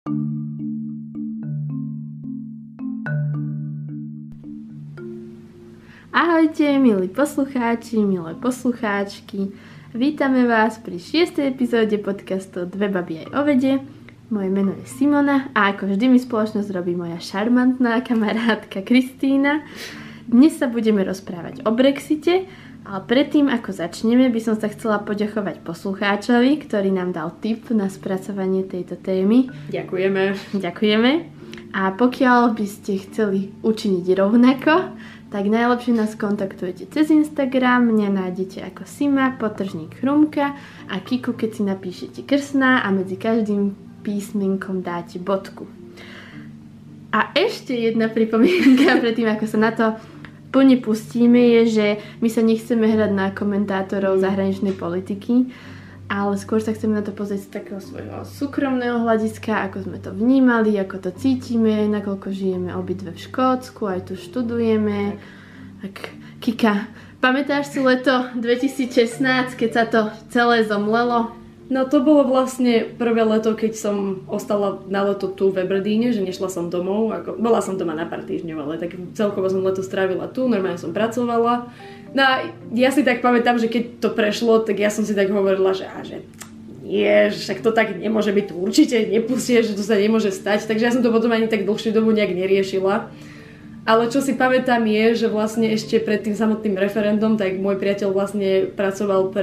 Ahojte, milí poslucháči, milé poslucháčky. Vítame vás pri 6. epizóde podcastu Dve baby aj o vede. Moje meno je Simona a ako vždy mi spoločnosť robí moja šarmantná kamarátka Kristína. Dnes sa budeme rozprávať o Brexite, ale predtým ako začneme by som sa chcela poďakovať poslucháčovi, ktorý nám dal tip na spracovanie tejto témy. Ďakujeme. A pokiaľ by ste chceli učiniť rovnako, tak najlepšie nás kontaktujete cez Instagram, mňa nájdete ako Sima_Chrumka a Kiku, keď si napíšete krsná a medzi každým písmenkom dáte bodku. A ešte jedna pripomienka predtým, ako sa na to plne pustíme, je, že my sa nechceme hrať na komentátorov zahraničnej politiky, ale skôr sa chceme na to pozrieť z takého svojho súkromného hľadiska, ako sme to vnímali, ako to cítime, nakoľko žijeme obidve v Škótsku, aj tu študujeme. Tak Kika, pamätáš si leto 2016, keď sa to celé zomlelo? No to bolo vlastne prvé leto, keď som ostala na leto tu v Aberdeene, že nešla som domov. Bola som doma na pár týždňov, ale tak celkovo som leto strávila tu, normálne som pracovala. No a ja si tak pamätám, že keď to prešlo, tak ja som si tak hovorila, že nie, že však to tak nemôže byť, tu určite nepustie, že to sa nemôže stať. Takže ja som to potom ani tak dlhšiu dobu nejak neriešila. Ale čo si pamätám je, že vlastne ešte pred tým samotným referendum, tak môj priateľ vlastne pracoval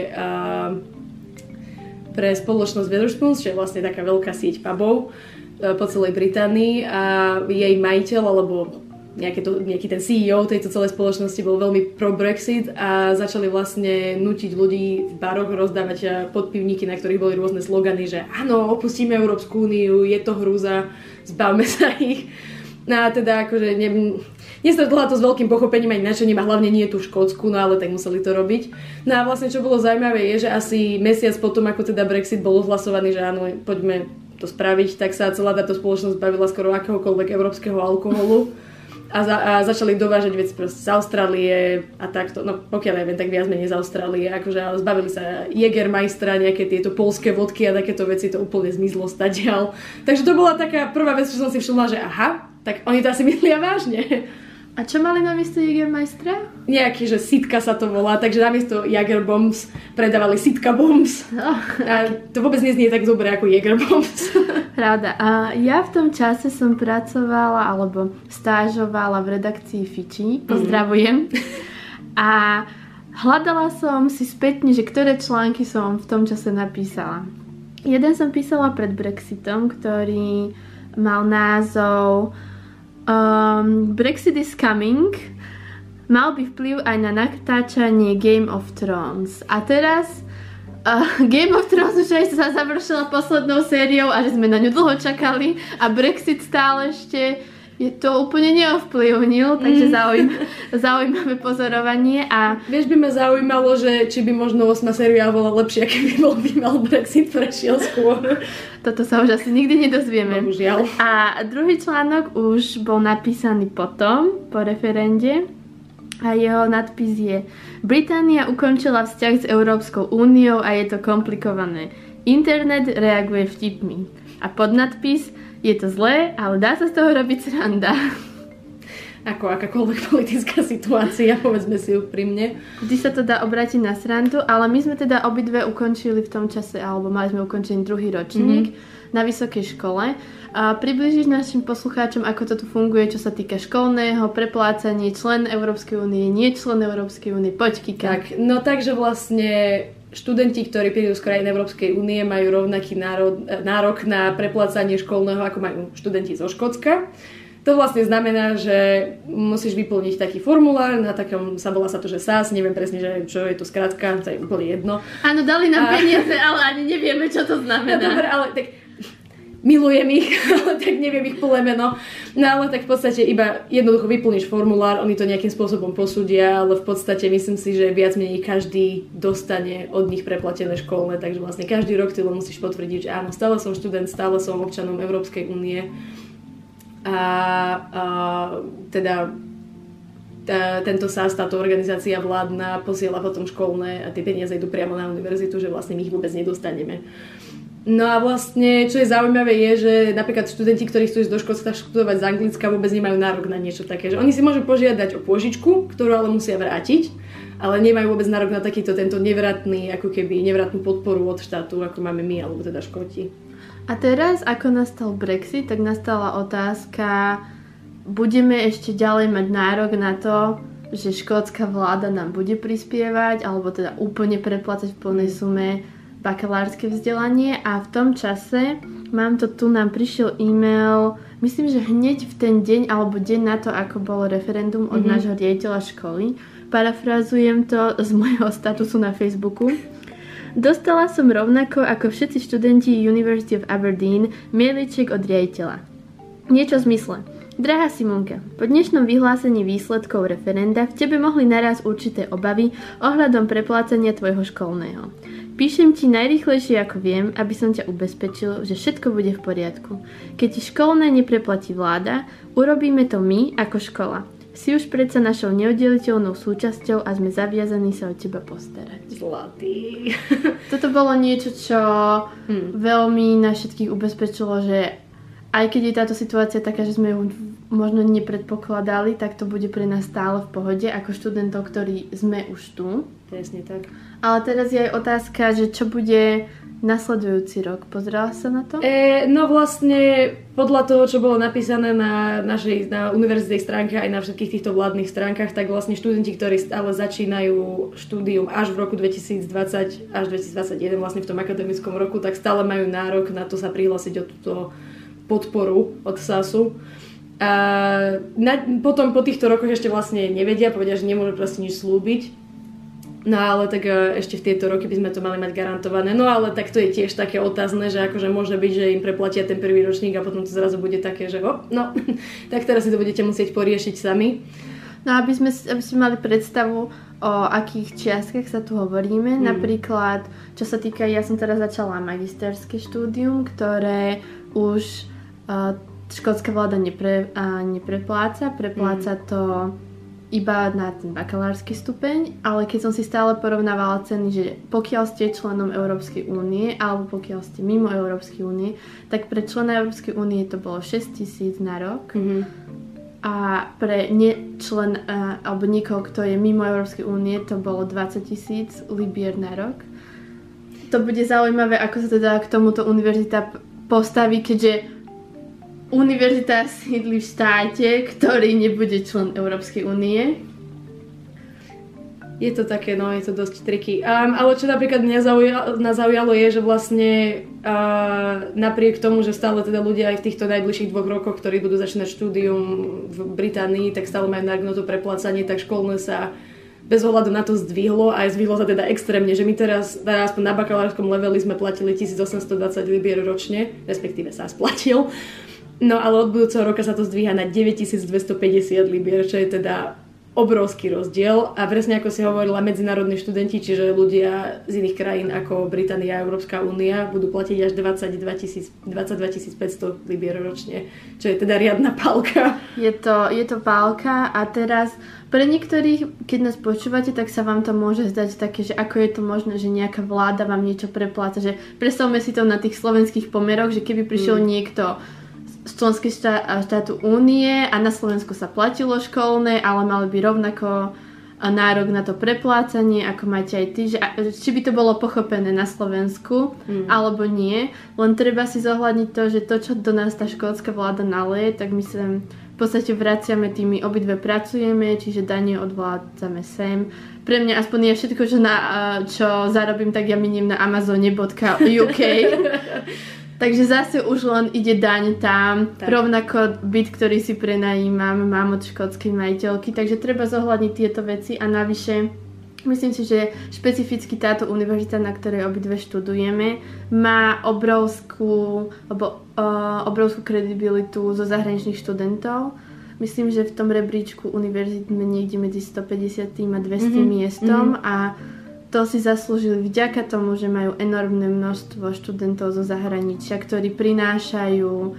pre spoločnosť Wetherspoons, čo je vlastne taká veľká sieť pubov po celej Británii a jej majiteľ, alebo nejaký ten CEO tejto celej spoločnosti bol veľmi pro Brexit a začali vlastne nútiť ľudí v baroch rozdávať podpivníky, na ktorých boli rôzne slogany, že áno, opustíme Európsku úniu, je to hrúza, zbavme sa ich. No a teda akože nestretla to s veľkým pochopením ani nadšením a hlavne nie tu v Škótsku, no ale tak museli to robiť. No a vlastne čo bolo zaujímavé je, že asi mesiac potom, ako teda Brexit bol ohlasovaný, že áno, poďme to spraviť, tak sa celá táto spoločnosť bavila skoro akéhokoľvek európskeho alkoholu a začali dovážať veci proste z Austrálie a takto, no pokiaľ ja viem, tak viac menej z Austrálie, akože zbavili sa Jägermeistera, nejaké tieto poľské vodky a takéto veci, to úplne zmizlo stadiaľ. Takže to bola taká prvá vec, čo som si všimla, že aha, tak oni to asi myslia vážne. A čo mali namiesto Jägermeistera? Nejaký, že Sitka sa to volá, takže namiesto Jägerbombs predávali Sitka Bombs. Oh. A to vôbec neznie tak dobre ako Jägerbombs. Pravda. A ja v tom čase som pracovala alebo stážovala v redakcii Fiči. Pozdravujem. A hľadala som si spätne, že ktoré články som v tom čase napísala. Jeden som písala pred Brexitom, ktorý mal názov Brexit is coming. Mal by vplyv aj na natáčanie Game of Thrones. A teraz Game of Thrones už aj sa završila poslednou sériou a že sme na ňu dlho čakali a Brexit stále ešte je to úplne neovplyvnil, takže zaujímavé pozorovanie. A vieš, by ma zaujímalo, že či by možno 8. séria bola lepšia, keby mal Brexit prešiel skôr. Toto sa už asi nikdy nedozvieme. Bohužiaľ. A druhý článok už bol napísaný potom, po referende. A jeho nadpis je Británia ukončila vzťah s Európskou úniou a je to komplikované. Internet reaguje vtipmi. A podnadpis je to zlé, ale dá sa z toho robiť sranda. Ako akákoľvek politická situácia, povedzme si úprimne. Vždy sa to dá obrátiť na srandu, ale my sme teda obidve ukončili v tom čase, alebo mali sme ukončený druhý ročník na vysokej škole. A približíš našim poslucháčom, ako to tu funguje, čo sa týka školného, preplácanie, člen Európskej únie, nie člen Európskej únie. Poď, Kika. Tak, no takže vlastne študenti, ktorí prídu z krajín Európskej únie, majú rovnaký nárok na preplácanie školného, ako majú študenti zo Škótska. To vlastne znamená, že musíš vyplniť taký formulár, na takom, volá sa to, že SAS, neviem presne, že čo je to skratka, to je úplne jedno. Áno, dali nám peniaze, ale ani nevieme, čo to znamená. No, dobre, ale tak milujem ich, ale tak neviem ich plné meno. No ale tak v podstate iba jednoducho vyplníš formulár, oni to nejakým spôsobom posúdia, ale v podstate myslím si, že viac menej každý dostane od nich preplatené školné, takže vlastne každý rok ty len musíš potvrdiť, že áno, stále som študent, stále som občanom Európskej únie. Teda tento SAS, táto organizácia vládna posiela potom školné a tie peniaze idú priamo na univerzitu, že vlastne my ich vôbec nedostaneme. No a vlastne, čo je zaujímavé je, že napríklad študenti, ktorí chcú ísť do Škótska študovať z Anglicka, vôbec nemajú nárok na niečo také, že oni si môžu požiadať o pôžičku, ktorú ale musia vrátiť, ale nemajú vôbec nárok na tento nevratný, ako keby nevratnú podporu od štátu, ako máme my, alebo teda Škóti. A teraz, ako nastal Brexit, tak nastala otázka, budeme ešte ďalej mať nárok na to, že škótska vláda nám bude prispievať, alebo teda úplne preplácať v plnej sume bakalárske vzdelanie. A v tom čase, nám prišiel e-mail, myslím, že hneď v ten deň, alebo deň na to, ako bolo referendum od nášho riaditeľa školy. Parafrazujem to z môjho statusu na Facebooku. Dostala som rovnako ako všetci študenti University of Aberdeen mailiček od riaditeľa. Niečo v zmysle. Drahá Simonka, po dnešnom vyhlásení výsledkov referenda v tebe mohli naraz určité obavy ohľadom preplácania tvojho školného. Píšem ti najrýchlejšie ako viem, aby som ťa ubezpečil, že všetko bude v poriadku. Keď ti školné nepreplatí vláda, urobíme to my ako škola. Si už predsa našou neoddeliteľnou súčasťou a sme zaviazaní sa o teba postarať. Zlatý. Toto bolo niečo, čo veľmi nás všetkých ubezpečilo, že aj keď je táto situácia taká, že sme ju možno nepredpokladali, tak to bude pre nás stále v pohode, ako študentov, ktorí sme už tu. Presne tak. Ale teraz je aj otázka, že čo bude nasledujúci rok. Pozerala sa na to? No vlastne podľa toho, čo bolo napísané na univerzitnej stránke aj na všetkých týchto vládnych stránkach, tak vlastne študenti, ktorí stále začínajú štúdium až v roku 2020 až 2021 vlastne v tom akademickom roku, tak stále majú nárok na to sa prihlásiť o túto podporu od SASu. A potom po týchto rokoch ešte vlastne nevedia, povedia, že nemôžu proste nič slúbiť. No ale tak ešte v tieto roky by sme to mali mať garantované. No ale tak to je tiež také otázne, že akože môže byť, že im preplatia ten prvý ročník a potom to zrazu bude také, že tak teraz si to budete musieť poriešiť sami. No aby sme mali predstavu, o akých čiastkách sa tu hovoríme. Napríklad, čo sa týka, ja som teraz začala magisterské štúdium, ktoré už škótska vláda neprepláca. Prepláca to iba na ten bakalársky stupeň, ale keď som si stále porovnávala ceny, že pokiaľ ste členom Európskej únie alebo pokiaľ ste mimo Európskej únie, tak pre člena Európskej únie to bolo 6 000 na rok a pre nečlen alebo niekoho, kto je mimo Európskej únie, to bolo 20 000 libier na rok. To bude zaujímavé, ako sa teda k tomuto univerzita postaví, keďže univerzita sídli v štáte, ktorý nebude člen Európskej únie. Je to také, je to dosť triky. Ale čo napríklad mňa zaujalo je, že vlastne napriek tomu, že stále teda ľudia aj v týchto najbližších 2 rokoch, ktorí budú začínať štúdium v Británii, tak stále majú nárok na to preplácanie, tak školné sa bez ohľadu na to zdvihlo a zdvihlo sa teda extrémne, že my teraz aspoň na bakalárskom leveli sme platili 1820 libier ročne, respektíve sa splatil. No ale od budúceho roka sa to zdvíha na 9250 libier, čo je teda obrovský rozdiel. A presne ako si hovorila, medzinárodní študenti, čiže ľudia z iných krajín ako Británia a Európska únia, budú platiť až 22 500 libier ročne, čo je teda riadna pálka. Je to pálka a teraz pre niektorých, keď nás počúvate, tak sa vám to môže zdať také, že ako je to možné, že nejaká vláda vám niečo prepláca, že predstavme si to na tých slovenských pomeroch, že keby prišiel niekto z členských štátu únie a na Slovensku sa platilo školné, ale mali by rovnako nárok na to preplácanie, ako máte aj ty, že či by to bolo pochopené na Slovensku, alebo nie. Len treba si zohľadniť to, že to, čo do nás tá škótska vláda naleje, tak my sa v podstate vraciame tými, obidve pracujeme, čiže dane odvádzame sem. Pre mňa aspoň je všetko, čo zarobím, tak ja miniem na amazone.uk. Takže zase už len ide daň tam, tak. Rovnako byt, ktorý si prenajímam, mám od škótskej majiteľky, takže treba zohľadniť tieto veci a navyše myslím si, že špecificky táto univerzita, na ktorej obidve študujeme, má obrovskú kredibilitu zo zahraničných študentov. Myslím, že v tom rebríčku univerzit sme niekde medzi 150 a 200 miestom a to si zaslúžili vďaka tomu, že majú enormné množstvo študentov zo zahraničia, ktorí prinášajú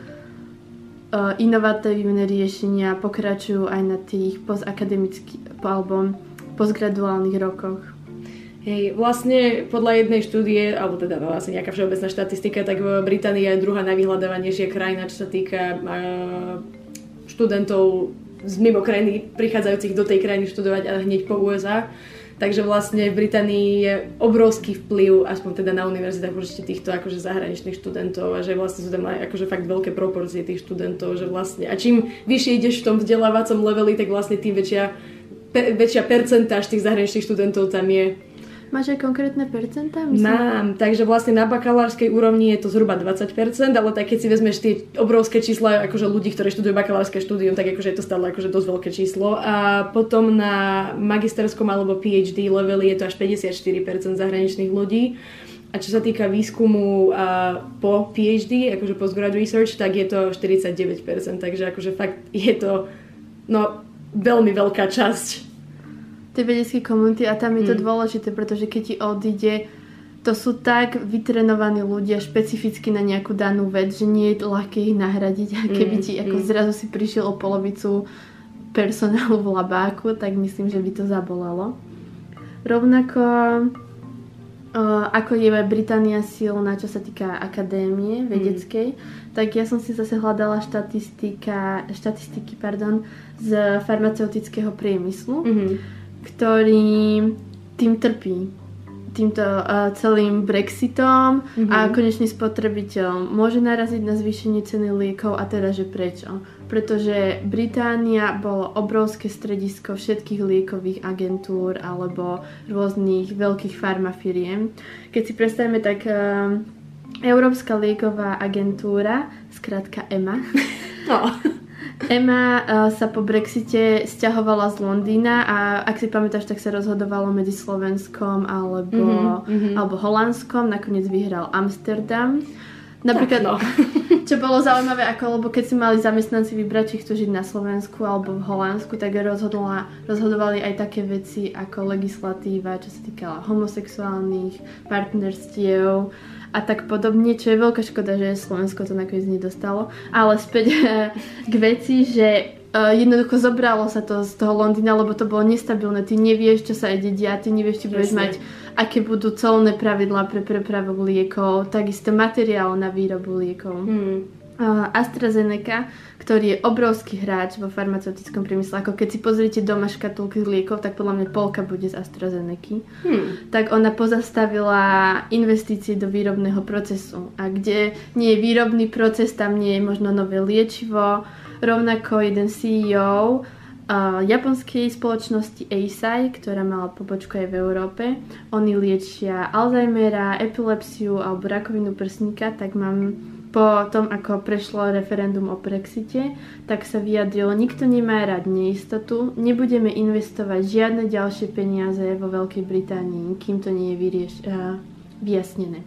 inovatívne riešenia, pokračujú aj na tých postakademických alebo postgraduálnych rokoch. Hej, vlastne podľa jednej štúdie, alebo teda asi nejaká všeobecná štatistika, tak Británia je druhá najvyhľadávanejšia krajina, čo sa týka študentov z mimo krajiny prichádzajúcich do tej krajiny študovať a hneď po USA. Takže vlastne v Británii je obrovský vplyv, aspoň teda na univerzitách určite týchto akože zahraničných študentov a že vlastne sú tam aj akože fakt veľké proporcie tých študentov, že vlastne a čím vyššie ideš v tom vzdelávacom leveli, tak vlastne tým väčšia percentáž tých zahraničných študentov tam je. Máš aj konkrétne percentá? Mám, takže vlastne na bakalárskej úrovni je to zhruba 20%, ale tak keď si vezmeš tie obrovské čísla akože ľudí, ktorí študujú bakalárske štúdium, tak akože je to stále akože dosť veľké číslo. A potom na magisterskom alebo PhD leveli je to až 54% zahraničných ľudí. A čo sa týka výskumu po PhD, akože postgrad research, tak je to 49%, takže akože fakt je to veľmi veľká časť tej vedeckej komunity a tam je to dôležité, pretože keď ti odíde, to sú tak vytrenovaní ľudia špecificky na nejakú danú vec, že nie je ľahké ich nahradiť a keby ti ako zrazu si prišiel o polovicu personálu v labáku, tak myslím, že by to zabolelo. Rovnako ako je Británia silná, čo sa týka akadémie vedeckej, tak ja som si zase hľadala štatistiky z farmaceutického priemyslu, ktorý tým trpí. Týmto celým Brexitom a konečný spotrebiteľ môže naraziť na zvýšenie ceny liekov a teda, že prečo? Pretože Británia bolo obrovské stredisko všetkých liekových agentúr alebo rôznych veľkých farmafiriem. Keď si predstavíme, tak Európska lieková agentúra, skrátka EMA, EMA sa po Brexite sťahovala z Londýna a ak si pamätáš, tak sa rozhodovalo medzi Slovenskom alebo Holandskom. Nakoniec vyhral Amsterdam. Napríklad, čo bolo zaujímavé, lebo keď si mali zamestnanci vybrať, či chcú žiť na Slovensku alebo v Holandsku, tak rozhodovali aj také veci ako legislatíva, čo sa týkala homosexuálnych partnerstiev a tak podobne, čo je veľká škoda, že Slovensko to nakoniec nedostalo. Ale späť k veci, že jednoducho zobralo sa to z toho Londýna, lebo to bolo nestabilné. Ty nevieš, čo sa ide diať, ty nevieš, či budeš mať, aké budú colné pravidlá pre prepravu liekov, takisto materiál na výrobu liekov. AstraZeneca, ktorý je obrovský hráč vo farmaceutickom priemysle, ako keď si pozriete doma škatulky liekov, tak podľa mňa polka bude z AstraZeneca. Tak ona pozastavila investície do výrobného procesu. A kde nie je výrobný proces, tam nie je možno nové liečivo. Rovnako jeden CEO japonskej spoločnosti Eisai, ktorá mala pobočku aj v Európe. Oni liečia Alzheimera, epilepsiu alebo rakovinu prsníka, tak mám po tom, ako prešlo referendum o Brexite, tak sa vyjadrilo, nikto nemá rád neistotu, nebudeme investovať žiadne ďalšie peniaze vo Veľkej Británii, kým to nie je vyjasnené.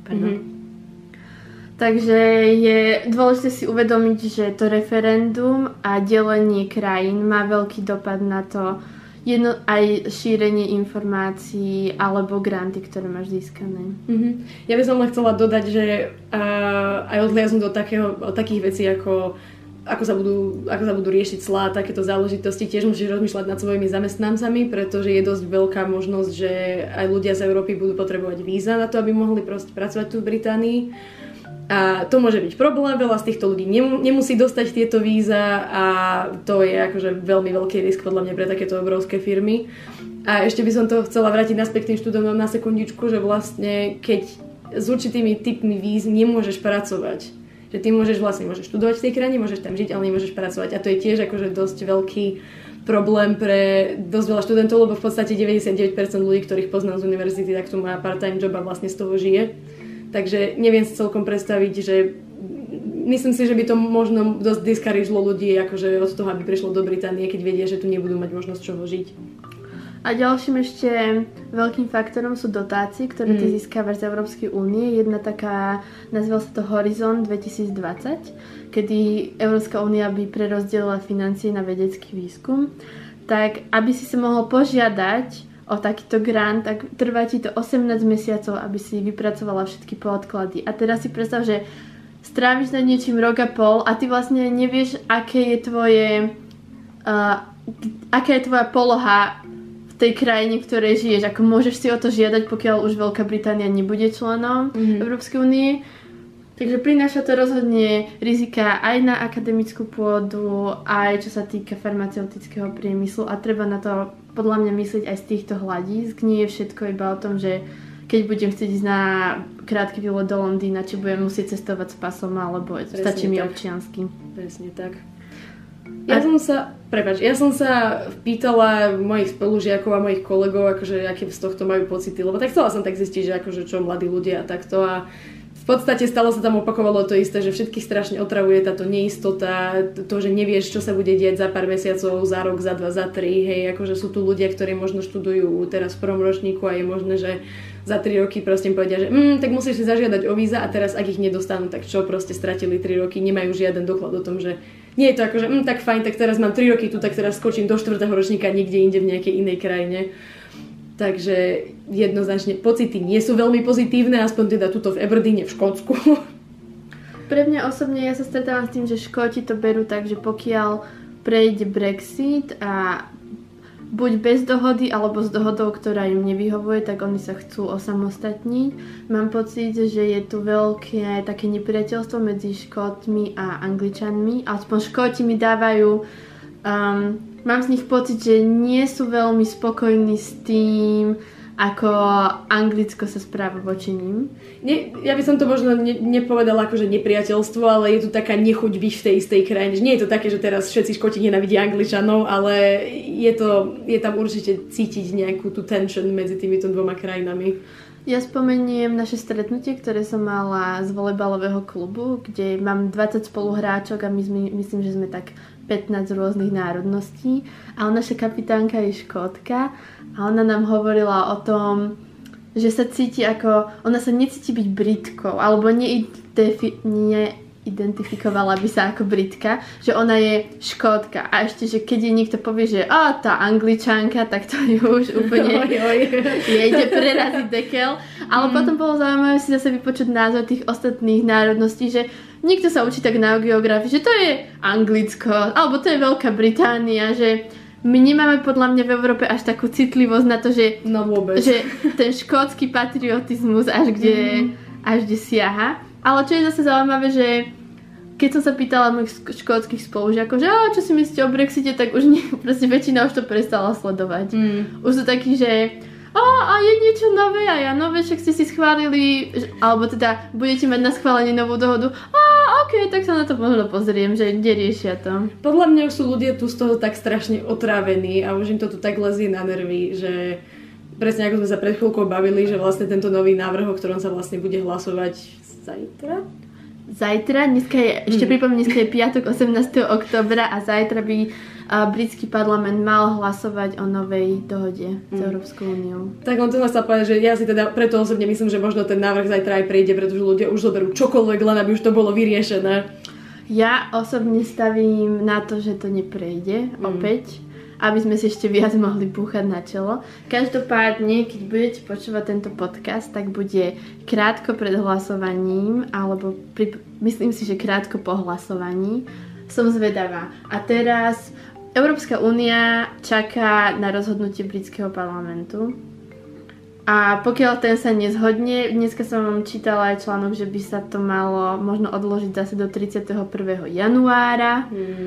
Takže je dôležité si uvedomiť, že to referendum a delenie krajín má veľký dopad na to, aj šírenie informácií alebo granty, ktoré máš získané. Ja by som len chcela dodať, že aj odliaznuť od takých vecí, ako sa budú riešiť clá a takéto záležitosti, tiež musíš rozmýšľať nad svojimi zamestnancami, pretože je dosť veľká možnosť, že aj ľudia z Európy budú potrebovať víza na to, aby mohli proste pracovať tu v Británii. A to môže byť problém, veľa z týchto ľudí nemusí dostať tieto víza a to je akože veľmi veľký risk podľa mňa pre takéto obrovské firmy. A ešte by som to chcela vrátiť naspäť k tým študentom na sekundičku, že vlastne keď s určitými typmi víz nemôžeš pracovať, že ty môžeš študovať v tej krajine, môžeš tam žiť, ale nemôžeš pracovať. A to je tiež akože dosť veľký problém pre dosť veľa študentov, lebo v podstate 99% ľudí, ktorých poznám z univerzity, tak tu má part-time job a vlastne z toho žije. Takže neviem si celkom predstaviť, že myslím si, že by to možno dosť discouragelo ľudí akože od toho, aby prišlo do Británie, keď vedia, že tu nebudú mať možnosť čoho žiť. A ďalším ešte veľkým faktorom sú dotácie, ktoré ty získavaš z Európskej únie. Jedna taká, nazýval sa to Horizon 2020, kedy Európska únia by prerozdelila financie na vedecký výskum. Tak aby si sa mohol požiadať o takýto grant, tak trvá ti to 18 mesiacov, aby si vypracovala všetky podklady. A teraz si predstav, že stráviš nad niečím rok a pol a ty vlastne nevieš, aká je tvoja poloha v tej krajine, v ktorej žiješ. Ako môžeš si o to žiadať, pokiaľ už Veľká Británia nebude členom Európskej únie. Takže prináša to rozhodne rizika aj na akademickú pôdu, aj čo sa týka farmaceutického priemyslu a treba na to podľa mňa myslieť aj z týchto hľadísk. Nie je všetko iba o tom, že keď budem chcieť ísť na krátky výlet do Londýna, či budem musieť cestovať s pasom, alebo stačí mi občiansky. Presne tak. Ja som sa pýtala mojich spolužiakov a mojich kolegov, akože aké z tohto majú pocity, lebo tak chcela som tak zistiť, že akože čo mladí ľudia a takto a v podstate stále sa tam opakovalo to isté, že všetkých strašne otravuje táto neistota, to, že nevieš, čo sa bude diať za pár mesiacov, za rok, za 2, za 3, hej, akože sú tu ľudia, ktorí možno študujú teraz v prvom ročníku a je možné, že za 3 roky proste im povedia, že tak musíš si zažiadať o víza a teraz ak ich nedostanú, tak čo, proste stratili 3 roky, nemajú žiaden doklad o tom, že nie je to ako, že tak fajn, tak teraz mám 3 roky tu, tak teraz skočím do 4. ročníka niekde inde v nejakej inej krajine. Takže jednoznačne pocity nie sú veľmi pozitívne, aspoň teda tuto v Aberdeene v Škótsku. Pre mňa osobne ja sa stretávam s tým, že Škóti to berú tak, že pokiaľ prejde Brexit a buď bez dohody, alebo s dohodou, ktorá im nevyhovuje, tak oni sa chcú osamostatniť. Mám pocit, že je tu veľké také nepriateľstvo medzi Škótmi a Angličanmi. Aspoň Škóti mi dávajú mám z nich pocit, že nie sú veľmi spokojní s tým, ako Anglicko sa správa voči ním. Ja by som to možno nepovedala ako, že nepriateľstvo, ale je tu taká nechuť byť v tej istej krajine. Nie je to také, že teraz všetci Škoti nenávidia Angličanov, ale je tam určite cítiť nejakú tú tension medzi týmito dvoma krajinami. Ja spomeniem naše stretnutie, ktoré som mala z volejbalového klubu, kde mám 20 spoluhráčok a myslím, že sme tak 15 rôznych národností. A naša kapitánka je Škótka a ona nám hovorila o tom, že sa cíti ako, ona sa necíti byť Britkou, alebo neidentifikovala by sa ako Britka, že ona je Škótka. A ešte, že keď jej niekto povie, že tá Angličanka, tak to je už úplne jej ide preraziť dekel. Ale potom bolo zaujímavé si zase vypočuť názor tých ostatných národností, že niekto sa učí tak na geografii, že to je Anglicko, alebo to je Veľká Británia, že my nemáme podľa mňa v Európe až takú citlivosť na to, že, že ten škótsky patriotizmus až kde siaha. Ale čo je zase zaujímavé, že keď som sa pýtala mojich škótskych spolužiakov, že čo si myslíte o Brexite, tak už proste väčšina už to prestala sledovať. Už sú takí, že a je niečo nové a ja nové, však ste si schválili, alebo teda budete mať na schválenie novú dohodu. Ok, tak sa na to možno pozriem, že neriešia to. Podľa mňa už sú ľudia tu z toho tak strašne otrávení a už im to tu tak lezie na nervy, že presne ako sme sa pred chvíľkou bavili, že vlastne tento nový návrh, o ktorom sa vlastne bude hlasovať zajtra, dneska je, ešte pripomínam, dneska je piatok 18. októbra a zajtra by britský parlament mal hlasovať o novej dohode s Európskou úniou. Tak on to chcel povedať, že ja si teda preto osobne myslím, že možno ten návrh zajtra aj prejde, pretože ľudia už zoberú čokoľvek, len aby už to bolo vyriešené. Ja osobne stavím na to, že to neprejde opäť, aby sme si ešte viac mohli búchať na čelo. Každopádne, keď budete počúvať tento podcast, tak bude krátko pred hlasovaním, alebo myslím si, že krátko po hlasovaní. Som zvedavá. A teraz Európska únia čaká na rozhodnutie britského parlamentu. A pokiaľ ten sa nezhodne, dneska som čítala aj článok, že by sa to malo možno odložiť zase do 31. januára.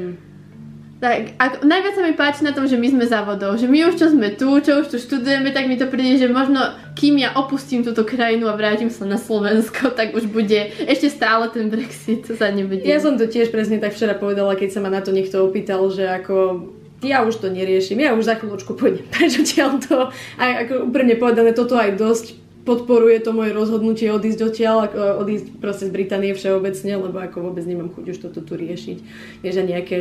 Tak, najviac sa mi páči na tom, že my sme závodov, že my už čo sme tu, čo už tu študujeme, tak mi to príde, že možno kým ja opustím túto krajinu a vrátim sa na Slovensko, tak už bude ešte stále ten Brexit, to sa nebude. Ja som to tiež presne tak včera povedala, keď sa ma na to niekto opýtal, že ako ja už to neriešim, ja už za chvíľočku pôjdem preč odtiaľto. A ako úprimne povedané, toto aj dosť podporuje to moje rozhodnutie odísť odtiaľ, odísť proste z Británie všeobecne, lebo ako vôbec nemám chuť už toto tu riešiť. Vieš, a nejaké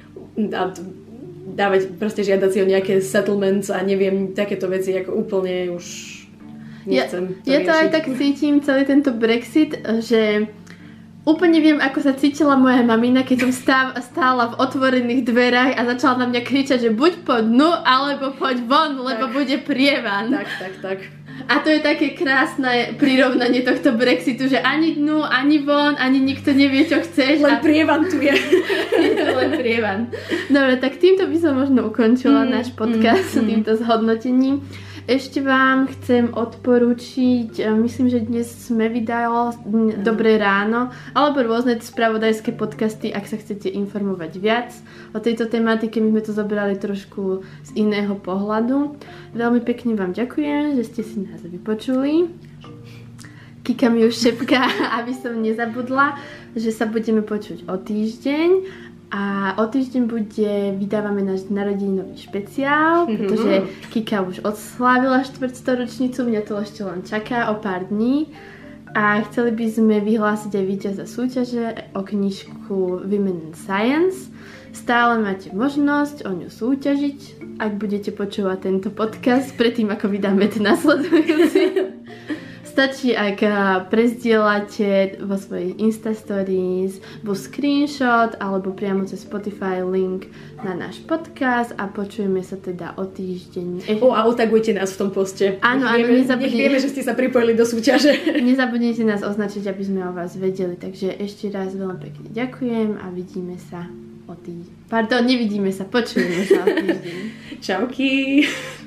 dávať proste žiadať si o nejaké settlements a neviem, takéto veci ako úplne už nechcem to ja to aj tak cítim celý tento Brexit, že úplne viem, ako sa cítila moja mamina, keď som stála v otvorených dverách a začala na mňa kričať, že buď poď dnu, alebo poď von, lebo bude prievan. Tak. A to je také krásne prirovnanie tohto Brexitu, že ani dnu, ani von, ani nikto nevie, čo chceš. Len prievan tu je. Je to len prievan. Dobre, tak týmto by som možno ukončila náš podcast, týmto zhodnotením. Ešte vám chcem odporúčiť, myslím, že dnes sme vydalo Dobré ráno, alebo rôzne spravodajské podcasty, ak sa chcete informovať viac o tejto tematike. My sme to zobrali trošku z iného pohľadu. Veľmi pekne vám ďakujem, že ste si nás vypočuli. Kika mi už šepká, aby som nezabudla, že sa budeme počuť o týždeň. A o týždeň vydávame náš narodeninový špeciál, pretože Kika už odslávila 400. ročnicu, mňa to ešte len čaká o pár dní. A chceli by sme vyhlásiť aj víťaza súťaže o knižku Women in Science. Stále máte možnosť o ňu súťažiť, ak budete počúvať tento podcast predtým, ako vydáme ten nasledujúci. Stačí, ak prezdielate vo svojich Insta Stories buď screenshot alebo priamo cez Spotify link na náš podcast a počujeme sa teda o týždeň. A otagujte nás v tom poste. Áno, nech vieme, že ste sa pripojili do súťaže. Nezabudnite nás označiť, aby sme o vás vedeli. Takže ešte raz veľmi pekne ďakujem a vidíme sa o týždeň. Pardon, nevidíme sa, počujeme sa o týždeň. Čauky.